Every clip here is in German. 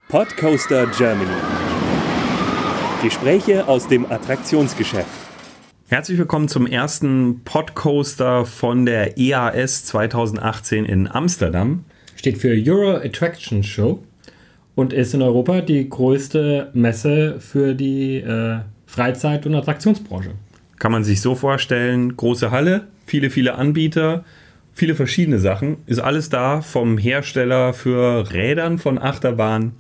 Podcoaster Germany. Gespräche aus dem Attraktionsgeschäft. Herzlich willkommen zum ersten Podcoaster von der EAS 2018 in Amsterdam. Steht für Euro Attraction Show und ist in Europa die größte Messe für die Freizeit- und Attraktionsbranche. Kann man sich so vorstellen, große Halle, viele Anbieter, viele verschiedene Sachen. Ist alles da, vom Hersteller für Rädern von Achterbahn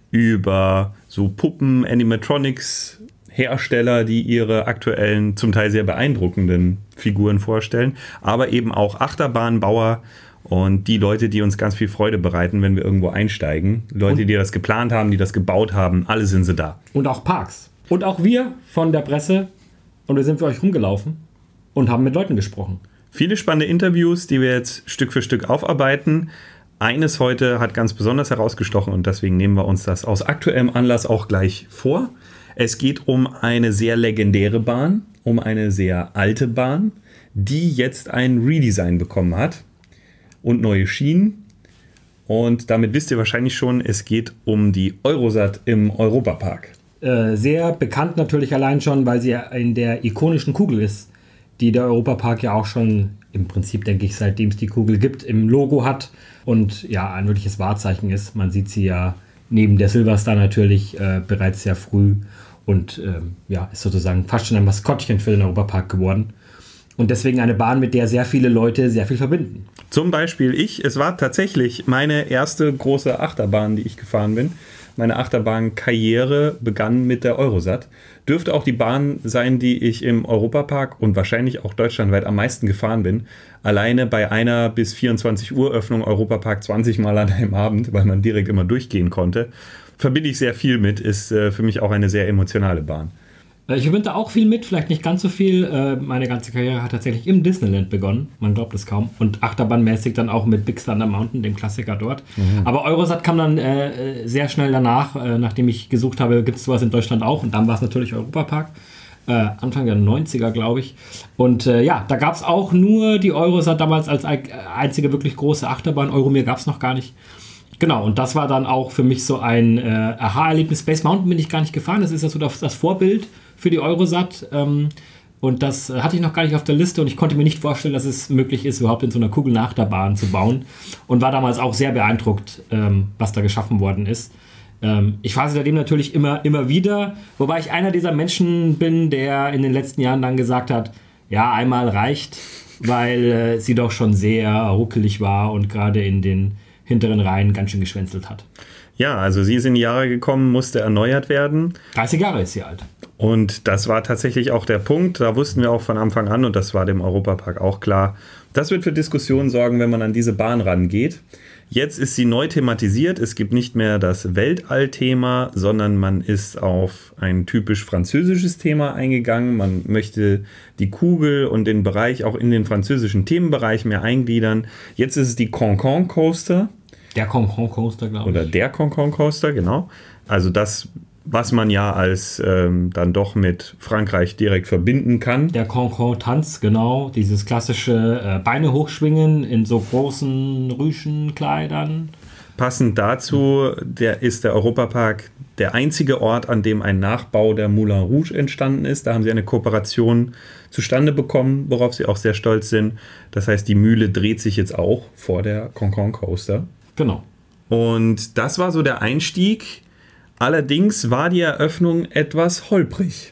über so Puppen, Animatronics, Hersteller, die ihre aktuellen, zum Teil sehr beeindruckenden Figuren vorstellen, aber eben auch Achterbahnbauer und die Leute, die uns ganz viel Freude bereiten, wenn wir irgendwo einsteigen. Leute, die das geplant haben, die das gebaut haben, alle sind sie da. Und auch Parks. Und auch wir von der Presse. Und wir sind für euch rumgelaufen und haben mit Leuten gesprochen. Viele spannende Interviews, die wir jetzt Stück für Stück aufarbeiten. Eines heute hat ganz besonders herausgestochen und deswegen nehmen wir uns das aus aktuellem Anlass auch gleich vor. Es geht um eine sehr legendäre Bahn, um eine sehr alte Bahn, die jetzt ein Redesign bekommen hat und neue Schienen. Und damit wisst ihr wahrscheinlich schon, es geht um die Eurosat im Europapark. Sehr bekannt natürlich allein schon, weil sie in der ikonischen Kugel ist, die der Europapark ja auch schon im Prinzip, denke ich, seitdem es die Kugel gibt, im Logo hat und ja, ein wirkliches Wahrzeichen ist. Man sieht sie ja neben der Silverstar natürlich bereits sehr früh und ist sozusagen fast schon ein Maskottchen für den Europapark geworden. Und deswegen eine Bahn, mit der sehr viele Leute sehr viel verbinden. Zum Beispiel ich. Es war tatsächlich meine erste große Achterbahn, die ich gefahren bin. Meine Achterbahnkarriere begann mit der Eurosat. Dürfte auch die Bahn sein, die ich im Europapark und wahrscheinlich auch deutschlandweit am meisten gefahren bin. Alleine bei einer bis 24 Uhr Öffnung Europapark 20 Mal an einem Abend, weil man direkt immer durchgehen konnte. Verbinde ich sehr viel mit, ist für mich auch eine sehr emotionale Bahn. Ich verbinde auch viel mit, vielleicht nicht ganz so viel. Meine ganze Karriere hat tatsächlich im Disneyland begonnen, man glaubt es kaum. Und achterbahnmäßig dann auch mit Big Thunder Mountain, dem Klassiker dort. Mhm. Aber Eurosat kam dann sehr schnell danach, nachdem ich gesucht habe, gibt es sowas in Deutschland auch. Und dann war es natürlich Europapark, Anfang der 90er, glaube ich. Und da gab es auch nur die Eurosat damals als einzige wirklich große Achterbahn. Euromir gab es noch gar nicht. Genau, und das war dann auch für mich so ein Aha-Erlebnis. Space Mountain bin ich gar nicht gefahren, das ist ja so das Vorbild für die Eurosat. Und das hatte ich noch gar nicht auf der Liste und ich konnte mir nicht vorstellen, dass es möglich ist, überhaupt in so einer Kugelnachterbahn zu bauen. Und war damals auch sehr beeindruckt, was da geschaffen worden ist. Ich fahre sie seitdem natürlich immer wieder, wobei ich einer dieser Menschen bin, der in den letzten Jahren dann gesagt hat, ja, einmal reicht, weil sie doch schon sehr ruckelig war und gerade in den hinteren Reihen ganz schön geschwänzelt hat. Ja, also sie ist in die Jahre gekommen, musste erneuert werden. 30 Jahre ist sie alt. Und das war tatsächlich auch der Punkt. Da wussten wir auch von Anfang an, und das war dem Europapark auch klar, das wird für Diskussionen sorgen, wenn man an diese Bahn rangeht. Jetzt ist sie neu thematisiert. Es gibt nicht mehr das Weltall-Thema, sondern man ist auf ein typisch französisches Thema eingegangen. Man möchte die Kugel und den Bereich auch in den französischen Themenbereich mehr eingliedern. Jetzt ist es die Cancan Coaster. Der Cancan Coaster, glaube ich. Oder der Cancan Coaster, genau. Also das, was man ja als dann doch mit Frankreich direkt verbinden kann. Der Cancan Tanz, genau. Dieses klassische Beine hochschwingen in so großen Rüschenkleidern. Passend dazu ist der Europapark der einzige Ort, an dem ein Nachbau der Moulin Rouge entstanden ist. Da haben sie eine Kooperation zustande bekommen, worauf sie auch sehr stolz sind. Das heißt, die Mühle dreht sich jetzt auch vor der Cancan Coaster. Genau. Und das war so der Einstieg. Allerdings war die Eröffnung etwas holprig.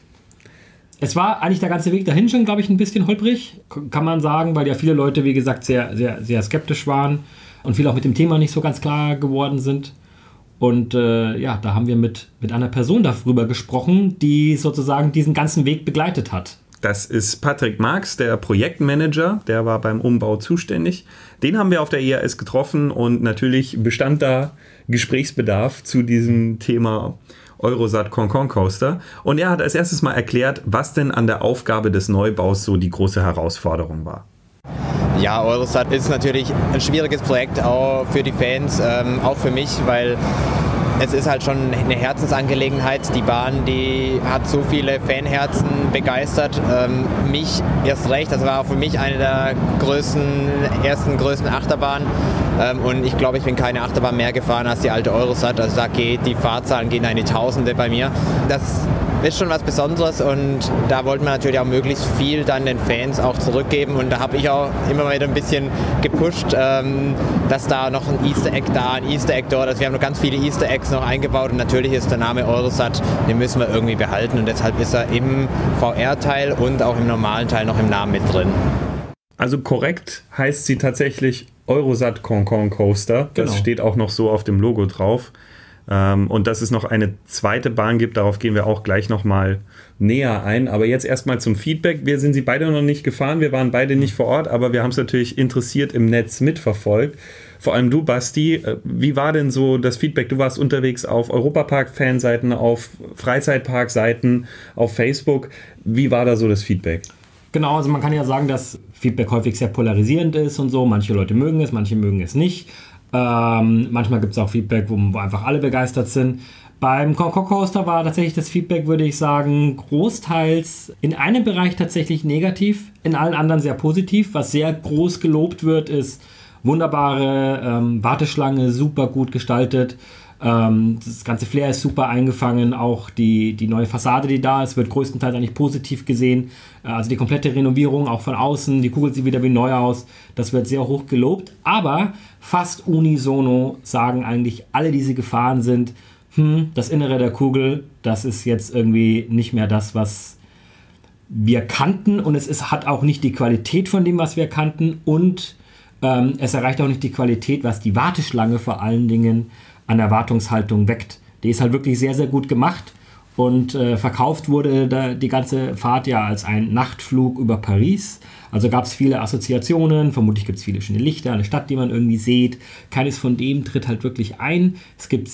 Es war eigentlich der ganze Weg dahin schon, glaube ich, ein bisschen holprig, kann man sagen, weil ja viele Leute, wie gesagt, sehr, sehr, sehr skeptisch waren und viele auch mit dem Thema nicht so ganz klar geworden sind. Und da haben wir mit einer Person darüber gesprochen, die sozusagen diesen ganzen Weg begleitet hat. Das ist Patrick Marx, der Projektmanager, der war beim Umbau zuständig. Den haben wir auf der EAS getroffen und natürlich bestand da Gesprächsbedarf zu diesem Thema Eurosat Cancan Coaster. Und er hat als erstes mal erklärt, was denn an der Aufgabe des Neubaus so die große Herausforderung war. Ja, Eurosat ist natürlich ein schwieriges Projekt, auch für die Fans, auch für mich, weil es ist halt schon eine Herzensangelegenheit. Die Bahn, die hat so viele Fanherzen begeistert. Mich erst recht. Das war auch für mich eine der ersten größten Achterbahnen. Und ich glaube, ich bin keine Achterbahn mehr gefahren als die alte Eurosat. Also die Fahrzahlen gehen in die Tausende bei mir. Das ist schon was Besonderes und da wollten wir natürlich auch möglichst viel dann den Fans auch zurückgeben und da habe ich auch immer wieder ein bisschen gepusht, dass da noch ein Easter Egg da, ein Easter Egg dort, also wir haben noch ganz viele Easter Eggs noch eingebaut und natürlich ist der Name Eurosat, den müssen wir irgendwie behalten und deshalb ist er im VR-Teil und auch im normalen Teil noch im Namen mit drin. Also korrekt heißt sie tatsächlich Eurosat Concon Coaster, das Genau. steht auch noch so auf dem Logo drauf. Und dass es noch eine zweite Bahn gibt, darauf gehen wir auch gleich nochmal näher ein. Aber jetzt erstmal zum Feedback. Wir sind sie beide noch nicht gefahren, wir waren beide nicht vor Ort, aber wir haben es natürlich interessiert im Netz mitverfolgt. Vor allem du, Basti, wie war denn so das Feedback? Du warst unterwegs auf Europapark-Fanseiten, auf Freizeitpark-Seiten, auf Facebook. Wie war da so das Feedback? Genau, also man kann ja sagen, dass Feedback häufig sehr polarisierend ist und so. Manche Leute mögen es, manche mögen es nicht. Manchmal gibt es auch Feedback, wo einfach alle begeistert sind. Beim Concon Coaster war tatsächlich das Feedback, würde ich sagen, großteils in einem Bereich tatsächlich negativ, in allen anderen sehr positiv. Was sehr groß gelobt wird, ist wunderbare Warteschlange, super gut gestaltet. Das ganze Flair ist super eingefangen, auch die neue Fassade, die da ist, wird größtenteils eigentlich positiv gesehen. Also die komplette Renovierung, auch von außen, die Kugel sieht wieder wie neu aus, das wird sehr hoch gelobt. Aber fast unisono sagen eigentlich alle, die sie gefahren sind, das Innere der Kugel, das ist jetzt irgendwie nicht mehr das, was wir kannten und hat auch nicht die Qualität von dem, was wir kannten und es erreicht auch nicht die Qualität, was die Warteschlange vor allen Dingen an Erwartungshaltung weckt. Die ist halt wirklich sehr, sehr gut gemacht und verkauft wurde die ganze Fahrt ja als ein Nachtflug über Paris. Also gab es viele Assoziationen, vermutlich gibt es viele schöne Lichter, eine Stadt, die man irgendwie sieht. Keines von dem tritt halt wirklich ein. Es gibt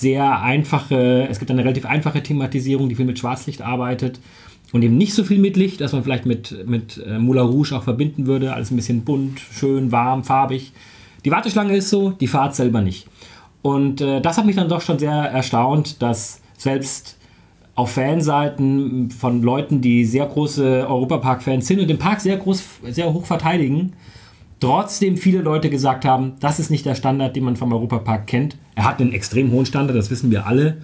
eine relativ einfache Thematisierung, die viel mit Schwarzlicht arbeitet und eben nicht so viel mit Licht, dass man vielleicht mit Moulin Rouge auch verbinden würde. Alles ein bisschen bunt, schön, warm, farbig. Die Warteschlange ist so, die Fahrt selber nicht. Und das hat mich dann doch schon sehr erstaunt, dass selbst auf Fanseiten von Leuten, die sehr große Europapark-Fans sind und den Park sehr hoch verteidigen, trotzdem viele Leute gesagt haben, das ist nicht der Standard, den man vom Europapark kennt. Er hat einen extrem hohen Standard, das wissen wir alle.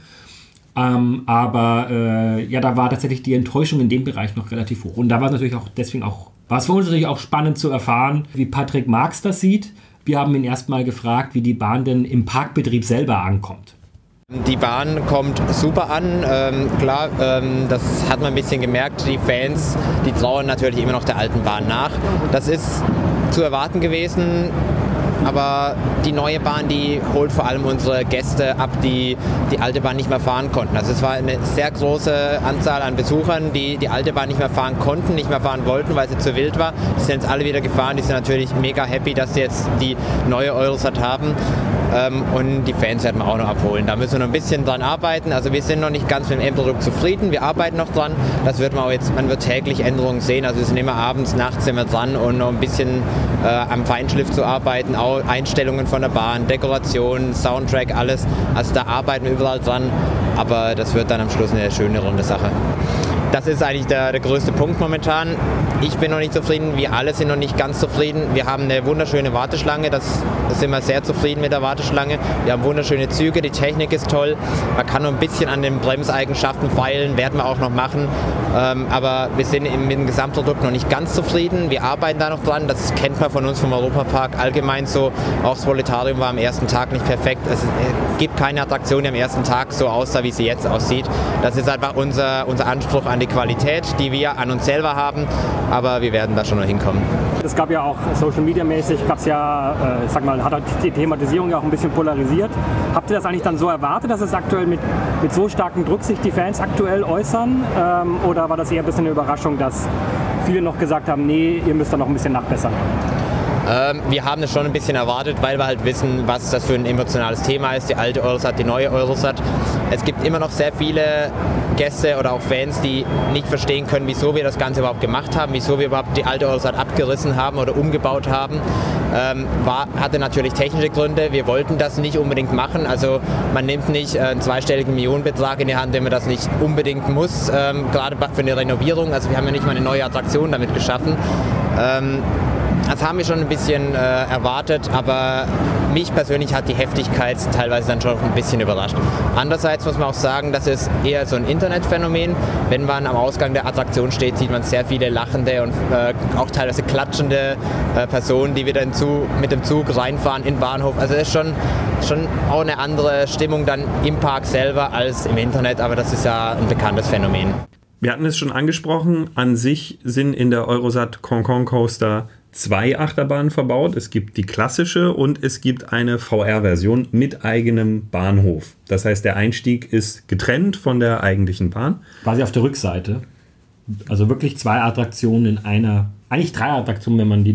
Aber da war tatsächlich die Enttäuschung in dem Bereich noch relativ hoch. Und da war es natürlich auch war es für uns natürlich auch spannend zu erfahren, wie Patrick Marx das sieht. Wir haben ihn erstmal gefragt, wie die Bahn denn im Parkbetrieb selber ankommt. Die Bahn kommt super an, das hat man ein bisschen gemerkt, die Fans, die trauern natürlich immer noch der alten Bahn nach. Das ist zu erwarten gewesen, aber die neue Bahn, die holt vor allem unsere Gäste ab, die alte Bahn nicht mehr fahren konnten. Also es war eine sehr große Anzahl an Besuchern, die alte Bahn nicht mehr fahren konnten, nicht mehr fahren wollten, weil sie zu wild war. Die sind jetzt alle wieder gefahren, die sind natürlich mega happy, dass sie jetzt die neue Eurosat haben. Und die Fans werden wir auch noch abholen. Da müssen wir noch ein bisschen dran arbeiten. Also wir sind noch nicht ganz mit dem Endprodukt zufrieden. Wir arbeiten noch dran. Das wird man auch jetzt, man wird täglich Änderungen sehen. Also wir sind immer abends, nachts sind wir dran und noch ein bisschen am Feinschliff zu arbeiten. Auch Einstellungen von der Bahn, Dekoration, Soundtrack, alles. Also da arbeiten wir überall dran. Aber das wird dann am Schluss eine schöne runde Sache. Das ist eigentlich der größte Punkt momentan. Ich bin noch nicht zufrieden, wir alle sind noch nicht ganz zufrieden. Wir haben eine wunderschöne Warteschlange, da sind wir sehr zufrieden mit der Warteschlange. Wir haben wunderschöne Züge, die Technik ist toll. Man kann noch ein bisschen an den Bremseigenschaften feilen, werden wir auch noch machen. Aber wir sind mit dem Gesamtprodukt noch nicht ganz zufrieden. Wir arbeiten da noch dran, das kennt man von uns vom Europapark allgemein so. Auch das Voletarium war am ersten Tag nicht perfekt. Es gibt keine Attraktion, die am ersten Tag so aussah, wie sie jetzt aussieht. Das ist einfach unser Anspruch an die Qualität, die wir an uns selber haben, aber wir werden da schon noch hinkommen. Es gab ja auch Social Media mäßig, hat die Thematisierung ja auch ein bisschen polarisiert. Habt ihr das eigentlich dann so erwartet, dass es aktuell mit so starkem Druck sich die Fans aktuell äußern? Oder war das eher ein bisschen eine Überraschung, dass viele noch gesagt haben, nee, ihr müsst da noch ein bisschen nachbessern? Wir haben es schon ein bisschen erwartet, weil wir halt wissen, was das für ein emotionales Thema ist, die alte Eurosat, die neue Eurosat. Es gibt immer noch sehr viele Gäste oder auch Fans, die nicht verstehen können, wieso wir das Ganze überhaupt gemacht haben, wieso wir überhaupt die alte Eurosat abgerissen haben oder umgebaut haben. Hatte natürlich technische Gründe, wir wollten das nicht unbedingt machen, also man nimmt nicht einen zweistelligen Millionenbetrag in die Hand, wenn man das nicht unbedingt muss, gerade für eine Renovierung, also wir haben ja nicht mal eine neue Attraktion damit geschaffen. Das haben wir schon ein bisschen erwartet, aber mich persönlich hat die Heftigkeit teilweise dann schon ein bisschen überrascht. Andererseits muss man auch sagen, das ist eher so ein Internetphänomen. Wenn man am Ausgang der Attraktion steht, sieht man sehr viele lachende und auch teilweise klatschende Personen, die wieder mit dem Zug reinfahren in den Bahnhof. Also das ist schon auch eine andere Stimmung dann im Park selber als im Internet, aber das ist ja ein bekanntes Phänomen. Wir hatten es schon angesprochen, an sich sind in der Eurosat Concon Coaster 2 Achterbahnen verbaut. Es gibt die klassische und es gibt eine VR-Version mit eigenem Bahnhof. Das heißt, der Einstieg ist getrennt von der eigentlichen Bahn. Quasi auf der Rückseite. Also wirklich 2 Attraktionen in einer, eigentlich 3 Attraktionen, wenn man den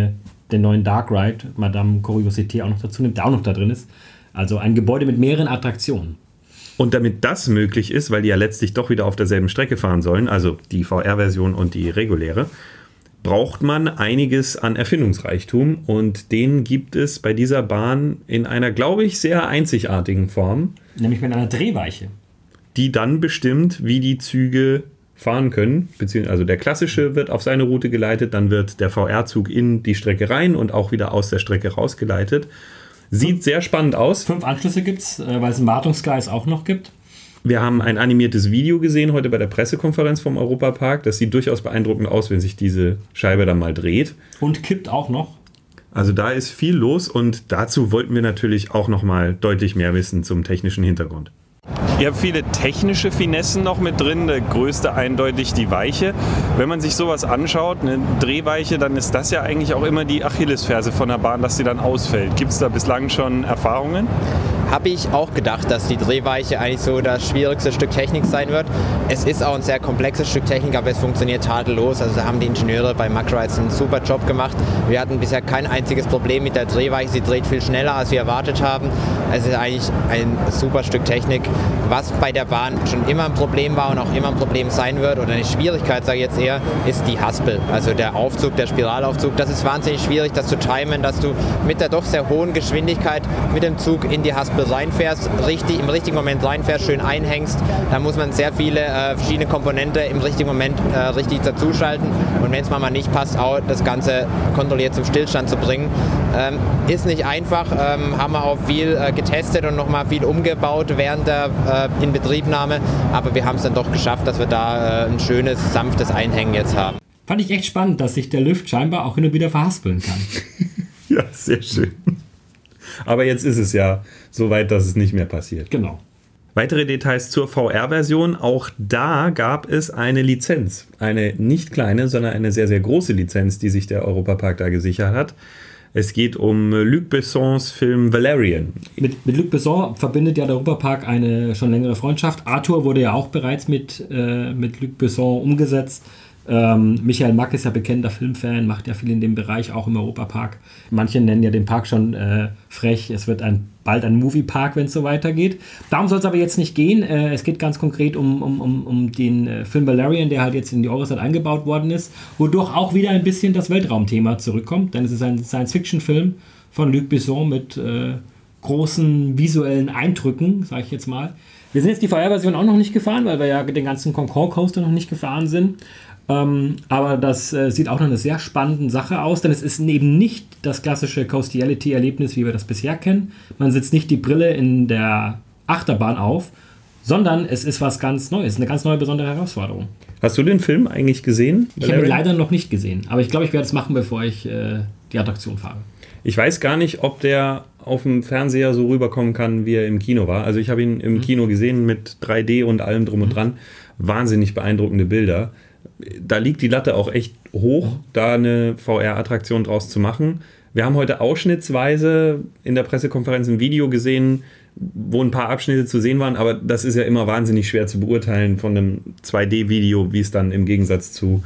neuen Dark Ride, Madame Curiosité auch noch dazu nimmt, der auch noch da drin ist. Also ein Gebäude mit mehreren Attraktionen. Und damit das möglich ist, weil die ja letztlich doch wieder auf derselben Strecke fahren sollen, also die VR-Version und die reguläre, braucht man einiges an Erfindungsreichtum und den gibt es bei dieser Bahn in einer, glaube ich, sehr einzigartigen Form. Nämlich mit einer Drehweiche. Die dann bestimmt, wie die Züge fahren können, also der klassische wird auf seine Route geleitet, dann wird der VR-Zug in die Strecke rein und auch wieder aus der Strecke rausgeleitet. Sieht sehr spannend aus. 5 Anschlüsse gibt es, weil es ein Wartungsgleis auch noch gibt. Wir haben ein animiertes Video gesehen heute bei der Pressekonferenz vom Europapark. Das sieht durchaus beeindruckend aus, wenn sich diese Scheibe dann mal dreht. Und kippt auch noch. Also da ist viel los und dazu wollten wir natürlich auch noch mal deutlich mehr wissen zum technischen Hintergrund. Ihr habt viele technische Finessen noch mit drin, der größte eindeutig die Weiche. Wenn man sich sowas anschaut, eine Drehweiche, dann ist das ja eigentlich auch immer die Achillesferse von der Bahn, dass sie dann ausfällt. Gibt es da bislang schon Erfahrungen? Habe ich auch gedacht, dass die Drehweiche eigentlich so das schwierigste Stück Technik sein wird. Es ist auch ein sehr komplexes Stück Technik, aber es funktioniert tadellos. Also da haben die Ingenieure bei Mack-Rides einen super Job gemacht. Wir hatten bisher kein einziges Problem mit der Drehweiche. Sie dreht viel schneller, als wir erwartet haben. Es ist eigentlich ein super Stück Technik. Was bei der Bahn schon immer ein Problem war und auch immer ein Problem sein wird, oder eine Schwierigkeit, sage ich jetzt eher, ist die Haspel. Also der Aufzug, der Spiralaufzug. Das ist wahnsinnig schwierig, das zu timen, dass du mit der doch sehr hohen Geschwindigkeit mit dem Zug in die Haspel reinfährst, im richtigen Moment reinfährst, schön einhängst. Da muss man sehr viele verschiedene Komponenten im richtigen Moment richtig dazuschalten. Und wenn es mal nicht passt, auch das Ganze kontrolliert zum Stillstand zu bringen. Ist nicht einfach, haben wir auch viel getestet und nochmal viel umgebaut während der Inbetriebnahme. Aber wir haben es dann doch geschafft, dass wir da ein schönes, sanftes Einhängen jetzt haben. Fand ich echt spannend, dass sich der Lift scheinbar auch hin und wieder verhaspeln kann. Ja, sehr schön. Aber jetzt ist es ja so weit, dass es nicht mehr passiert. Genau. Weitere Details zur VR-Version. Auch da gab es eine Lizenz. Eine nicht kleine, sondern eine sehr, sehr große Lizenz, die sich der Europapark da gesichert hat. Es geht um Luc Bessons Film Valerian. Mit Luc Besson verbindet ja der Europapark eine schon längere Freundschaft. Arthur wurde ja auch bereits mit Luc Besson umgesetzt. Michael Mack ist ja bekannter Filmfan, macht ja viel in dem Bereich, auch im Europapark. Manche nennen ja den Park schon frech, es wird bald ein Moviepark, wenn es so weitergeht. Darum soll es aber jetzt nicht gehen. Es geht ganz konkret um den Film Valerian, der halt jetzt in die Eurosat eingebaut worden ist, wodurch auch wieder ein bisschen das Weltraumthema zurückkommt, denn es ist ein Science-Fiction-Film von Luc Besson mit großen visuellen Eindrücken, sage ich jetzt mal. Wir sind jetzt die VR-Version auch noch nicht gefahren, weil wir ja den ganzen Concorde Coaster noch nicht gefahren sind. Aber das sieht auch noch eine sehr spannende Sache aus, denn es ist eben nicht das klassische Coastiality-Erlebnis, wie wir das bisher kennen. Man setzt nicht die Brille in der Achterbahn auf, sondern es ist was ganz Neues, eine ganz neue, besondere Herausforderung. Hast du den Film eigentlich gesehen? Ich habe ihn leider noch nicht gesehen, aber ich glaube, ich werde es machen, bevor ich die Attraktion fahre. Ich weiß gar nicht, ob der auf dem Fernseher so rüberkommen kann, wie er im Kino war. Also ich habe ihn im Kino gesehen mit 3D und allem drum und dran. Wahnsinnig beeindruckende Bilder. Da liegt die Latte auch echt hoch, da eine VR-Attraktion draus zu machen. Wir haben heute ausschnittsweise in der Pressekonferenz ein Video gesehen, wo ein paar Abschnitte zu sehen waren, aber das ist ja immer wahnsinnig schwer zu beurteilen von einem 2D-Video, wie es dann im Gegensatz zu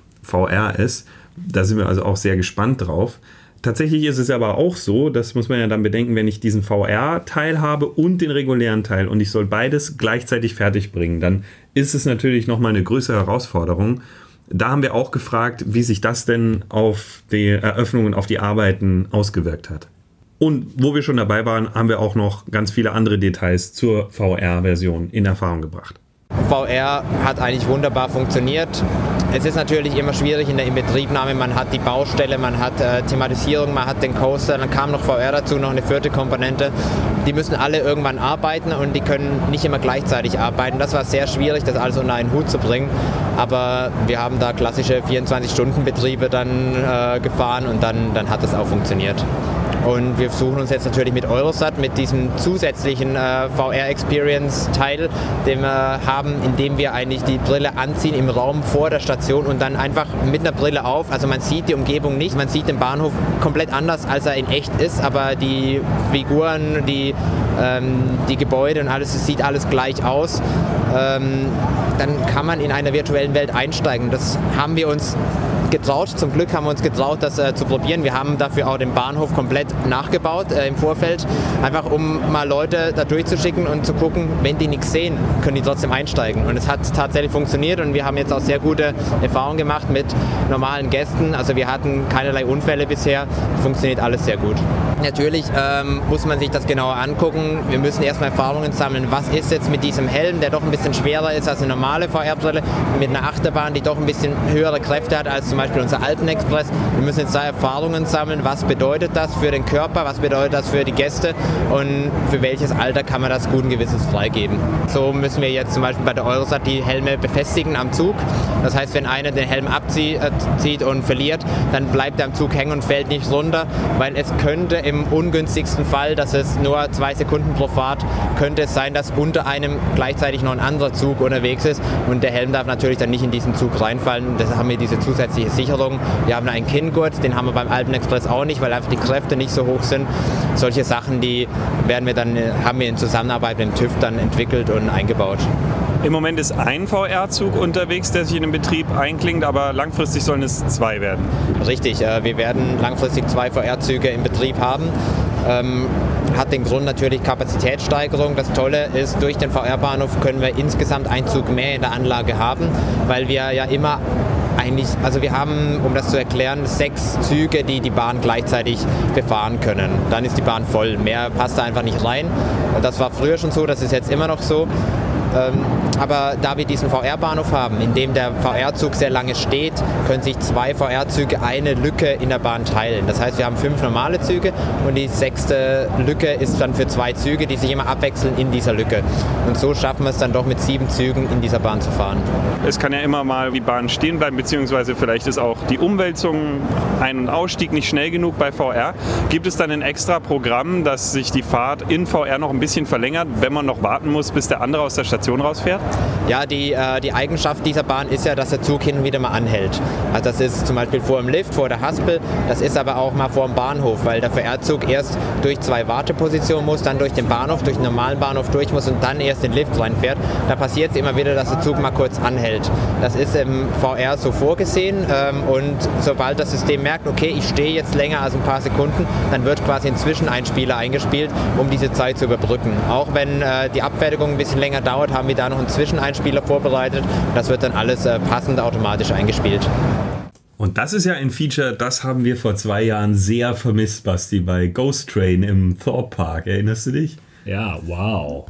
VR ist. Da sind wir also auch sehr gespannt drauf. Tatsächlich ist es aber auch so, das muss man ja dann bedenken, wenn ich diesen VR-Teil habe und den regulären Teil und ich soll beides gleichzeitig fertig bringen, dann ist es natürlich nochmal eine größere Herausforderung. Da haben wir auch gefragt, wie sich das denn auf die Eröffnungen, auf die Arbeiten ausgewirkt hat. Und wo wir schon dabei waren, haben wir auch noch ganz viele andere Details zur VR-Version in Erfahrung gebracht. VR hat eigentlich wunderbar funktioniert. Es ist natürlich immer schwierig in der Inbetriebnahme. Man hat die Baustelle, man hat Thematisierung, man hat den Coaster, dann kam noch VR dazu, noch eine vierte Komponente. Die müssen alle irgendwann arbeiten und die können nicht immer gleichzeitig arbeiten. Das war sehr schwierig, das alles unter einen Hut zu bringen. Aber wir haben da klassische 24-Stunden-Betriebe dann gefahren und dann hat das auch funktioniert. Und wir versuchen uns jetzt natürlich mit Eurosat, mit diesem zusätzlichen VR-Experience-Teil, den wir haben, indem wir eigentlich die Brille anziehen im Raum vor der Station und dann einfach mit einer Brille auf. Also man sieht die Umgebung nicht, man sieht den Bahnhof komplett anders, als er in echt ist, aber die Figuren, die Gebäude und alles, es sieht alles gleich aus. Dann kann man in einer virtuellen Welt einsteigen. Das haben wir uns getraut. Zum Glück haben wir uns getraut, das zu probieren. Wir haben dafür auch den Bahnhof komplett nachgebaut im Vorfeld, einfach um mal Leute da durchzuschicken und zu gucken, wenn die nichts sehen, können die trotzdem einsteigen. Und es hat tatsächlich funktioniert und wir haben jetzt auch sehr gute Erfahrungen gemacht mit normalen Gästen. Also wir hatten keinerlei Unfälle bisher. Funktioniert alles sehr gut. Natürlich muss man sich das genauer angucken. Wir müssen erstmal Erfahrungen sammeln. Was ist jetzt mit diesem Helm, der doch ein bisschen schwerer ist als eine normale VR-Brille, mit einer Achterbahn, die doch ein bisschen höhere Kräfte hat als zum Beispiel unser Alpenexpress. Wir müssen jetzt da Erfahrungen sammeln. Was bedeutet das für den Körper? Was bedeutet das für die Gäste? Und für welches Alter kann man das guten Gewissens freigeben? So müssen wir jetzt zum Beispiel bei der Eurosat die Helme befestigen am Zug. Das heißt, wenn einer den Helm abzieht und verliert, dann bleibt er am Zug hängen und fällt nicht runter, weil es könnte im ungünstigsten Fall, dass es nur 2 Sekunden pro Fahrt, könnte es sein, dass unter einem gleichzeitig noch ein anderer Zug unterwegs ist und der Helm darf natürlich dann nicht in diesen Zug reinfallen. Deshalb haben wir diese zusätzliche Sicherung. Wir haben einen Kinngurt, den haben wir beim Alpenexpress auch nicht, weil einfach die Kräfte nicht so hoch sind. Solche Sachen, die haben wir in Zusammenarbeit mit dem TÜV dann entwickelt und eingebaut. Im Moment ist ein VR-Zug unterwegs, der sich in den Betrieb einklingt, aber langfristig sollen es 2 werden. Richtig, wir werden langfristig 2 VR-Züge im Betrieb haben. Hat den Grund natürlich Kapazitätssteigerung. Das Tolle ist, durch den VR-Bahnhof können wir insgesamt einen Zug mehr in der Anlage haben, weil wir ja immer wir haben, um das zu erklären, 6 Züge, die die Bahn gleichzeitig befahren können. Dann ist die Bahn voll. Mehr passt da einfach nicht rein. Das war früher schon so, das ist jetzt immer noch so. Aber da wir diesen VR-Bahnhof haben, in dem der VR-Zug sehr lange steht, können sich 2 VR-Züge eine Lücke in der Bahn teilen. Das heißt, wir haben 5 normale Züge und die 6. Lücke ist dann für 2 Züge, die sich immer abwechseln in dieser Lücke. Und so schaffen wir es dann doch mit 7 Zügen in dieser Bahn zu fahren. Es kann ja immer mal die Bahn stehen bleiben, beziehungsweise vielleicht ist auch die Umwälzung, Ein- und Ausstieg nicht schnell genug bei VR. Gibt es dann ein extra Programm, dass sich die Fahrt in VR noch ein bisschen verlängert, wenn man noch warten muss, bis der andere aus der Station rausfährt? Ja, die Eigenschaft dieser Bahn ist ja, dass der Zug hin und wieder mal anhält. Also das ist zum Beispiel vor dem Lift, vor der Haspel, das ist aber auch mal vor dem Bahnhof, weil der VR-Zug erst durch 2 Wartepositionen muss, dann durch den Bahnhof, durch den normalen Bahnhof durch muss und dann erst den Lift reinfährt. Da passiert es immer wieder, dass der Zug mal kurz anhält. Das ist im VR so vorgesehen und sobald das System merkt, okay, ich stehe jetzt länger als ein paar Sekunden, dann wird quasi ein Zwischeneinspieler eingespielt, um diese Zeit zu überbrücken. Auch wenn die Abfertigung ein bisschen länger dauert, haben wir da noch einen Zwischeneinspieler vorbereitet. Das wird dann alles passend automatisch eingespielt. Und das ist ja ein Feature, das haben wir vor 2 Jahren sehr vermisst, Basti, bei Ghost Train im Thorpe Park. Erinnerst du dich? Ja, wow.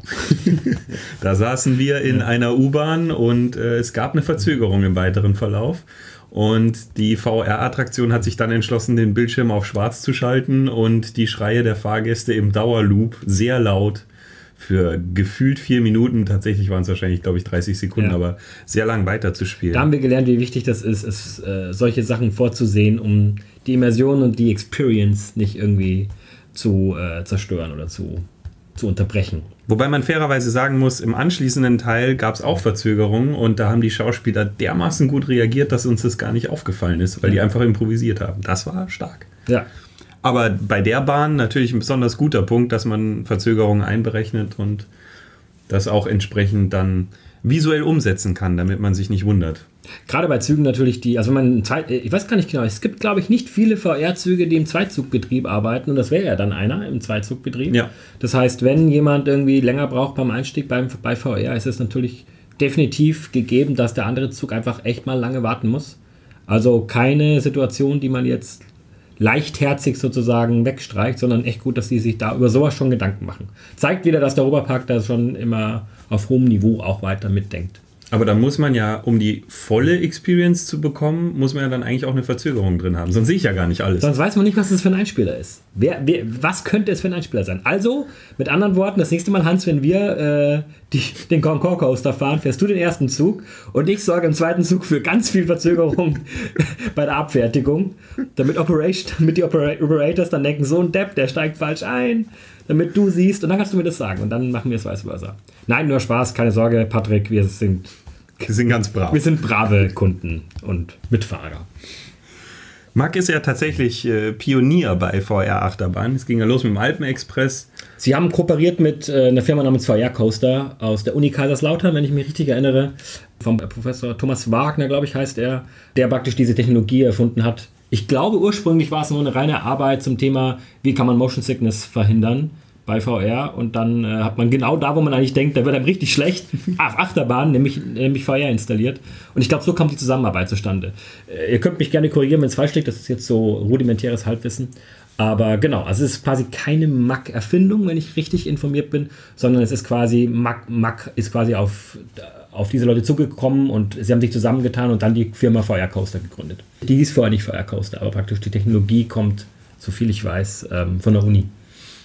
Da saßen wir in einer U-Bahn und es gab eine Verzögerung im weiteren Verlauf. Und die VR-Attraktion hat sich dann entschlossen, den Bildschirm auf schwarz zu schalten und die Schreie der Fahrgäste im Dauerloop sehr laut für gefühlt 4 Minuten, tatsächlich waren es wahrscheinlich, glaube ich, 30 Sekunden, ja, aber sehr lang weiterzuspielen. Da haben wir gelernt, wie wichtig das ist, solche Sachen vorzusehen, um die Immersion und die Experience nicht irgendwie zu zerstören oder zu unterbrechen. Wobei man fairerweise sagen muss, im anschließenden Teil gab es auch Verzögerungen und da haben die Schauspieler dermaßen gut reagiert, dass uns das gar nicht aufgefallen ist, weil die einfach improvisiert haben. Das war stark. Ja. Aber bei der Bahn natürlich ein besonders guter Punkt, dass man Verzögerungen einberechnet und das auch entsprechend dann visuell umsetzen kann, damit man sich nicht wundert. Gerade bei Zügen natürlich ich weiß gar nicht genau, es gibt, glaube ich, nicht viele VR-Züge, die im Zweizugbetrieb arbeiten und das wäre ja dann einer im Zweizugbetrieb. Ja. Das heißt, wenn jemand irgendwie länger braucht beim Einstieg bei VR, ist es natürlich definitiv gegeben, dass der andere Zug einfach echt mal lange warten muss. Also keine Situation, die man jetzt leichtherzig sozusagen wegstreicht, sondern echt gut, dass die sich da über sowas schon Gedanken machen. Zeigt wieder, dass der Oberpark da schon immer auf hohem Niveau auch weiter mitdenkt. Aber da muss man ja, um die volle Experience zu bekommen, muss man ja dann eigentlich auch eine Verzögerung drin haben. Sonst sehe ich ja gar nicht alles. Sonst weiß man nicht, was das für ein Einspieler ist. Was könnte es für ein Einspieler sein? Also, mit anderen Worten, das nächste Mal, Hans, wenn wir den Concorde Coaster fahren, fährst du den ersten Zug und ich sorge im zweiten Zug für ganz viel Verzögerung bei der Abfertigung, damit die Operators dann denken, so ein Depp, der steigt falsch ein, damit du siehst und dann kannst du mir das sagen und dann machen wir es vice versa. Nein, nur Spaß, keine Sorge, Patrick, wir sind ganz brav. Wir sind brave Kunden und Mitfahrer. Mack ist ja tatsächlich Pionier bei VR-Achterbahnen. Es ging ja los mit dem Alpenexpress. Sie haben kooperiert mit einer Firma namens VR Coaster aus der Uni Kaiserslautern, wenn ich mich richtig erinnere, vom Professor Thomas Wagner, glaube ich, heißt er, der praktisch diese Technologie erfunden hat. Ich glaube, ursprünglich war es nur eine reine Arbeit zum Thema, wie kann man Motion Sickness verhindern bei VR und dann hat man genau da, wo man eigentlich denkt, da wird einem richtig schlecht, auf Achterbahn, nämlich VR installiert. Und ich glaube, so kommt die Zusammenarbeit zustande. Ihr könnt mich gerne korrigieren, wenn es falsch liegt, das ist jetzt so rudimentäres Halbwissen. Aber genau, also es ist quasi keine Mack-Erfindung, wenn ich richtig informiert bin, sondern es ist quasi, Mack ist quasi auf diese Leute zugekommen und sie haben sich zusammengetan und dann die Firma VR Coaster gegründet. Die hieß vorher nicht VR Coaster, aber praktisch die Technologie kommt, soviel ich weiß, von der Uni.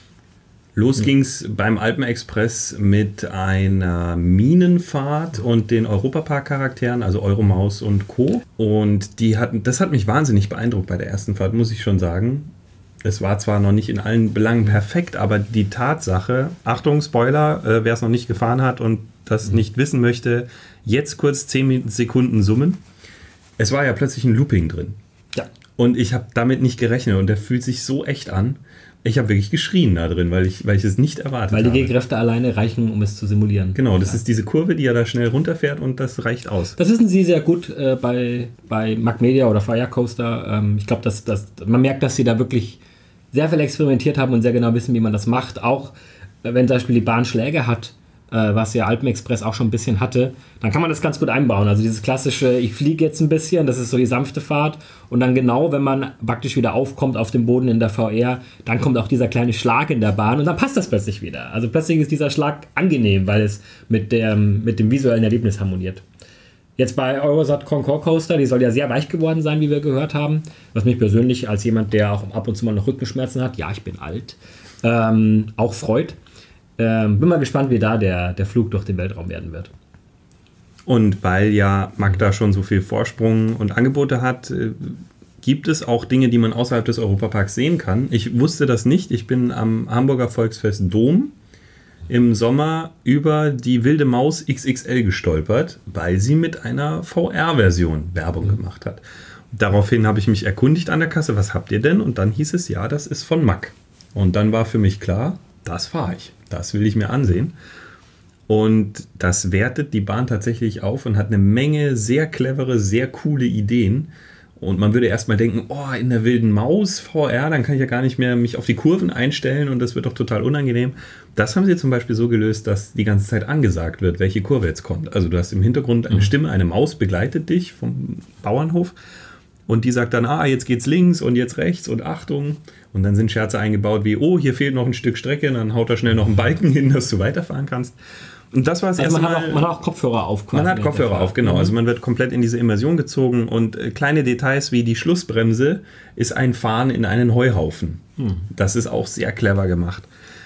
Los ging's beim Alpenexpress mit einer Minenfahrt und den Europapark-Charakteren, also Euromaus und Co. Und das hat mich wahnsinnig beeindruckt bei der ersten Fahrt, muss ich schon sagen. Es war zwar noch nicht in allen Belangen perfekt, aber die Tatsache, Achtung, Spoiler, wer es noch nicht gefahren hat und das nicht wissen möchte, jetzt kurz 10 Sekunden summen. Es war ja plötzlich ein Looping drin. Ja. Und ich habe damit nicht gerechnet und der fühlt sich so echt an. Ich habe wirklich geschrien da drin, weil ich es nicht erwartet habe. Weil die G-Kräfte alleine reichen, um es zu simulieren. Genau, das ist diese Kurve, die ja da schnell runterfährt und das reicht aus. Das wissen Sie sehr gut bei Mack Media oder VR Coaster. Ich glaube, man merkt, dass Sie da wirklich sehr viel experimentiert haben und sehr genau wissen, wie man das macht. Auch wenn zum Beispiel die Bahn Schläge hat, was ja Alpenexpress auch schon ein bisschen hatte, dann kann man das ganz gut einbauen. Also dieses klassische, ich fliege jetzt ein bisschen, das ist so die sanfte Fahrt und dann genau, wenn man praktisch wieder aufkommt auf dem Boden in der VR, dann kommt auch dieser kleine Schlag in der Bahn und dann passt das plötzlich wieder. Also plötzlich ist dieser Schlag angenehm, weil es mit dem visuellen Erlebnis harmoniert. Jetzt bei Eurosat Concorde Coaster, die soll ja sehr weich geworden sein, wie wir gehört haben, was mich persönlich als jemand, der auch ab und zu mal noch Rückenschmerzen hat, ja, ich bin alt, auch freut. Bin mal gespannt, wie da der Flug durch den Weltraum werden wird. Und weil ja Magda schon so viel Vorsprung und Angebote hat, gibt es auch Dinge, die man außerhalb des Europaparks sehen kann. Ich wusste das nicht. Ich bin am Hamburger Volksfest Dom im Sommer über die Wilde Maus XXL gestolpert, weil sie mit einer VR-Version Werbung gemacht hat. Daraufhin habe ich mich erkundigt an der Kasse, was habt ihr denn? Und dann hieß es, ja, das ist von Mack. Und dann war für mich klar, das fahre ich. Das will ich mir ansehen. Und das wertet die Bahn tatsächlich auf und hat eine Menge sehr clevere, sehr coole Ideen. Und man würde erstmal denken, oh, in der Wilden Maus VR, dann kann ich ja gar nicht mehr mich auf die Kurven einstellen und das wird doch total unangenehm. Das haben sie zum Beispiel so gelöst, dass die ganze Zeit angesagt wird, welche Kurve jetzt kommt. Also du hast im Hintergrund eine Stimme, eine Maus begleitet dich vom Bauernhof und die sagt dann, jetzt geht's links und jetzt rechts und Achtung. Und dann sind Scherze eingebaut wie, oh, hier fehlt noch ein Stück Strecke, und dann haut er schnell noch einen Balken hin, dass du weiterfahren kannst. Und das war das erste Mal. Man hat auch Kopfhörer auf. Man hat Kopfhörer auf, genau. Also man wird komplett in diese Immersion gezogen und kleine Details wie die Schlussbremse ist ein Fahren in einen Heuhaufen. Das ist auch sehr clever gemacht.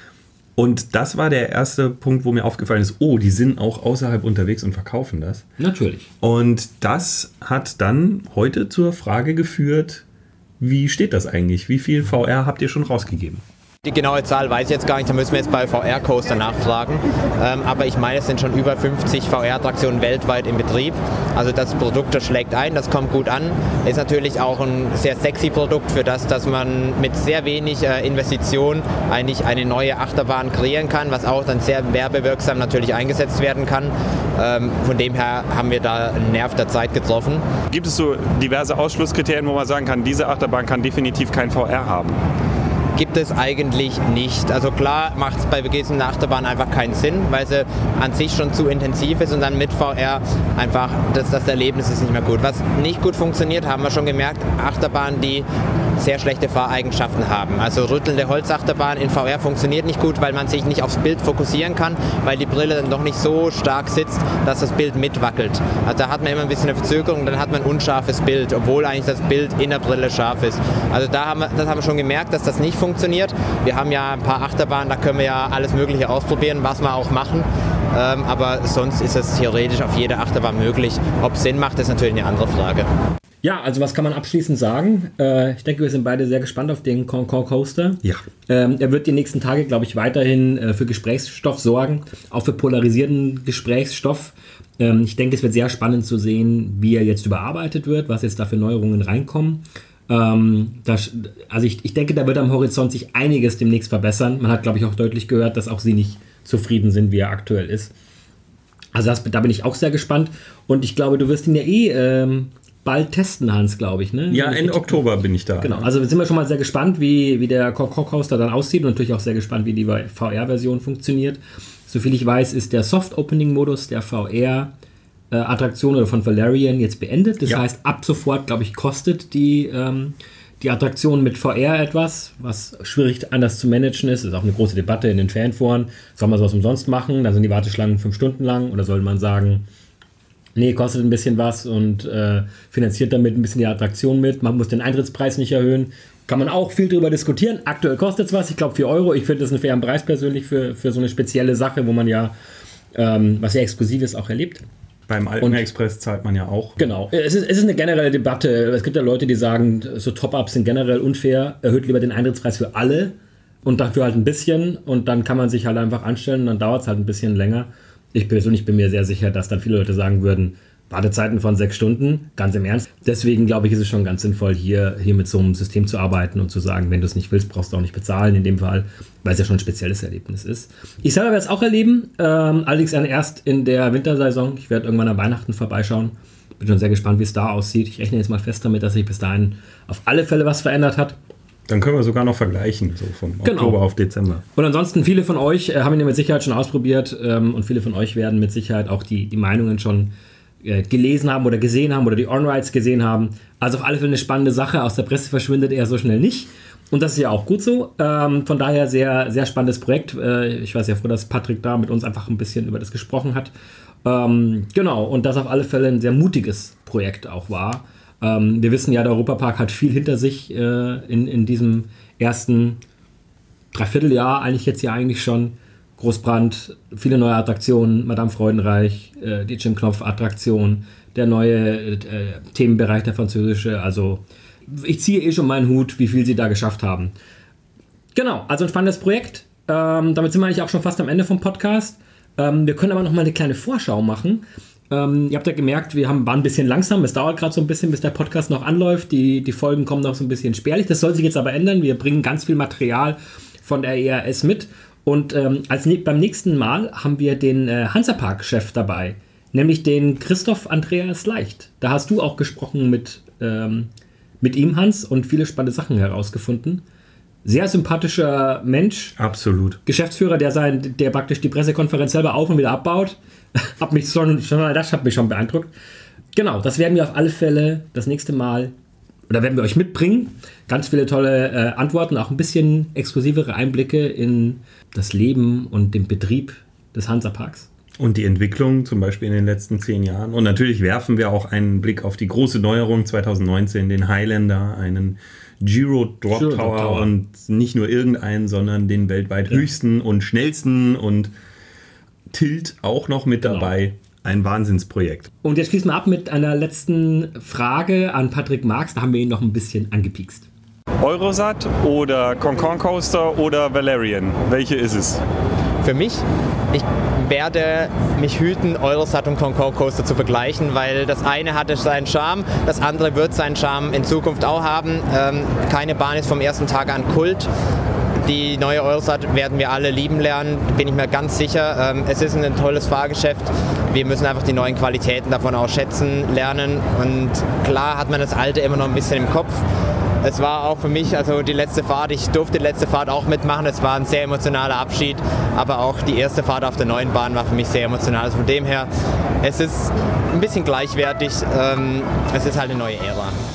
Und das war der erste Punkt, wo mir aufgefallen ist, die sind auch außerhalb unterwegs und verkaufen das. Natürlich. Und das hat dann heute zur Frage geführt, wie steht das eigentlich? Wie viel VR habt ihr schon rausgegeben? Die genaue Zahl weiß ich jetzt gar nicht, da müssen wir jetzt bei VR Coaster nachfragen. Aber ich meine, es sind schon über 50 VR-Attraktionen weltweit im Betrieb. Also das Produkt, das schlägt ein, das kommt gut an. Ist natürlich auch ein sehr sexy Produkt für das, dass man mit sehr wenig Investition eigentlich eine neue Achterbahn kreieren kann, was auch dann sehr werbewirksam natürlich eingesetzt werden kann. Von dem her haben wir da einen Nerv der Zeit getroffen. Gibt es so diverse Ausschlusskriterien, wo man sagen kann, diese Achterbahn kann definitiv kein VR haben? gibt es eigentlich nicht. Also klar macht es bei gewissen Achterbahnen einfach keinen Sinn, weil sie an sich schon zu intensiv ist und dann mit VR einfach das Erlebnis ist nicht mehr gut. Was nicht gut funktioniert, haben wir schon gemerkt, Achterbahnen, die sehr schlechte Fahreigenschaften haben. Also rüttelnde Holzachterbahn in VR funktioniert nicht gut, weil man sich nicht aufs Bild fokussieren kann, weil die Brille dann doch nicht so stark sitzt, dass das Bild mitwackelt. Also da hat man immer ein bisschen eine Verzögerung, dann hat man ein unscharfes Bild, obwohl eigentlich das Bild in der Brille scharf ist. Also das haben wir schon gemerkt, dass das nicht funktioniert. Wir haben ja ein paar Achterbahnen, da können wir ja alles Mögliche ausprobieren, was wir auch machen. Aber sonst ist es theoretisch auf jeder Achterbahn möglich. Ob es Sinn macht, ist natürlich eine andere Frage. Ja, also was kann man abschließend sagen? Ich denke, wir sind beide sehr gespannt auf den Concorde Coaster. Ja. Er wird die nächsten Tage, glaube ich, weiterhin für Gesprächsstoff sorgen, auch für polarisierten Gesprächsstoff. Ich denke, es wird sehr spannend zu sehen, wie er jetzt überarbeitet wird, was jetzt da für Neuerungen reinkommen. Ich denke, da wird am Horizont sich einiges demnächst verbessern. Man hat, glaube ich, auch deutlich gehört, dass auch sie nicht zufrieden sind, wie er aktuell ist. Also da bin ich auch sehr gespannt. Und ich glaube, du wirst ihn ja bald testen, Hans, glaube ich, ne? Ja, Ende Oktober bin ich da. Genau, also sind wir schon mal sehr gespannt, wie der Concorde Coaster dann aussieht und natürlich auch sehr gespannt, wie die VR-Version funktioniert. Soviel ich weiß, ist der Soft-Opening-Modus der VR-Attraktion oder von Valerian jetzt beendet. Das heißt, ab sofort, glaube ich, kostet die Attraktion mit VR etwas, was schwierig anders zu managen ist. Das ist auch eine große Debatte in den Fanforen. Soll man sowas umsonst machen? Da sind die Warteschlangen 5 Stunden lang. Oder soll man sagen, nee, kostet ein bisschen was und finanziert damit ein bisschen die Attraktion mit. Man muss den Eintrittspreis nicht erhöhen. Kann man auch viel drüber diskutieren. Aktuell kostet es was, ich glaube 4 Euro. Ich finde das einen fairen Preis persönlich für so eine spezielle Sache, wo man ja was ja Exklusives auch erlebt. Beim Alten Express zahlt man ja auch. Genau. Es ist eine generelle Debatte. Es gibt ja Leute, die sagen, so Top-Ups sind generell unfair. Erhöht lieber den Eintrittspreis für alle und dafür halt ein bisschen. Und dann kann man sich halt einfach anstellen und dann dauert es halt ein bisschen länger. Ich persönlich bin mir sehr sicher, dass dann viele Leute sagen würden, Wartezeiten von 6 Stunden, ganz im Ernst. Deswegen glaube ich, ist es schon ganz sinnvoll, hier mit so einem System zu arbeiten und zu sagen, wenn du es nicht willst, brauchst du auch nicht bezahlen in dem Fall, weil es ja schon ein spezielles Erlebnis ist. Ich selber werde es auch erleben, allerdings erst in der Wintersaison. Ich werde irgendwann an Weihnachten vorbeischauen. Bin schon sehr gespannt, wie es da aussieht. Ich rechne jetzt mal fest damit, dass sich bis dahin auf alle Fälle was verändert hat. Dann können wir sogar noch vergleichen, so von Oktober auf Dezember. Und ansonsten, viele von euch haben ihn mit Sicherheit schon ausprobiert und viele von euch werden mit Sicherheit auch die Meinungen schon gelesen haben oder gesehen haben oder die On-Rides gesehen haben. Also auf alle Fälle eine spannende Sache. Aus der Presse verschwindet er so schnell nicht. Und das ist ja auch gut so. Von daher sehr, sehr spannendes Projekt. Ich weiß ja froh, dass Patrick da mit uns einfach ein bisschen über das gesprochen hat. Genau, und das auf alle Fälle ein sehr mutiges Projekt auch war. Wir wissen ja, der Europapark hat viel hinter sich in diesem ersten Dreivierteljahr, eigentlich schon. Großbrand, viele neue Attraktionen, Madame Freudenreich, die Jim Knopf-Attraktion, der neue Themenbereich, der französische. Also ich ziehe schon meinen Hut, wie viel sie da geschafft haben. Genau, also ein spannendes Projekt. Damit sind wir eigentlich auch schon fast am Ende vom Podcast. Wir können aber noch mal eine kleine Vorschau machen. Ihr habt ja gemerkt, wir waren ein bisschen langsam. Es dauert gerade so ein bisschen, bis der Podcast noch anläuft. Die Folgen kommen noch so ein bisschen spärlich. Das soll sich jetzt aber ändern. Wir bringen ganz viel Material von der ERS mit. Und beim nächsten Mal haben wir den Hansapark-Chef dabei, nämlich den Christoph Andreas Leicht. Da hast du auch gesprochen mit ihm, Hans, und viele spannende Sachen herausgefunden. Sehr sympathischer Mensch. Absolut. Geschäftsführer, der praktisch die Pressekonferenz selber auf und wieder abbaut. Das hat mich schon beeindruckt. Genau, das werden wir auf alle Fälle das nächste Mal, oder werden wir euch mitbringen. Ganz viele tolle Antworten, auch ein bisschen exklusivere Einblicke in das Leben und den Betrieb des Hansaparks. Und die Entwicklung zum Beispiel in den letzten 10 Jahren. Und natürlich werfen wir auch einen Blick auf die große Neuerung 2019, den Highlander, einen Giro Drop Tower und nicht nur irgendeinen, sondern den weltweit höchsten und schnellsten und Tilt auch noch mit dabei. Ein Wahnsinnsprojekt. Und jetzt schließen wir ab mit einer letzten Frage an Patrick Marx. Da haben wir ihn noch ein bisschen angepiekst. Eurosat oder Concorde Coaster oder Valerian? Welche ist es? Für mich, ich werde mich hüten, Eurosat und Concorde Coaster zu vergleichen, weil das eine hatte seinen Charme, das andere wird seinen Charme in Zukunft auch haben. Keine Bahn ist vom ersten Tag an Kult. Die neue Eurosat werden wir alle lieben lernen, bin ich mir ganz sicher. Es ist ein tolles Fahrgeschäft. Wir müssen einfach die neuen Qualitäten davon auch schätzen lernen. Und klar hat man das Alte immer noch ein bisschen im Kopf. es war auch für mich, also die letzte Fahrt, ich durfte die letzte Fahrt auch mitmachen, es war ein sehr emotionaler Abschied, aber auch die erste Fahrt auf der neuen Bahn war für mich sehr emotional. Also von dem her, es ist ein bisschen gleichwertig, es ist halt eine neue Ära.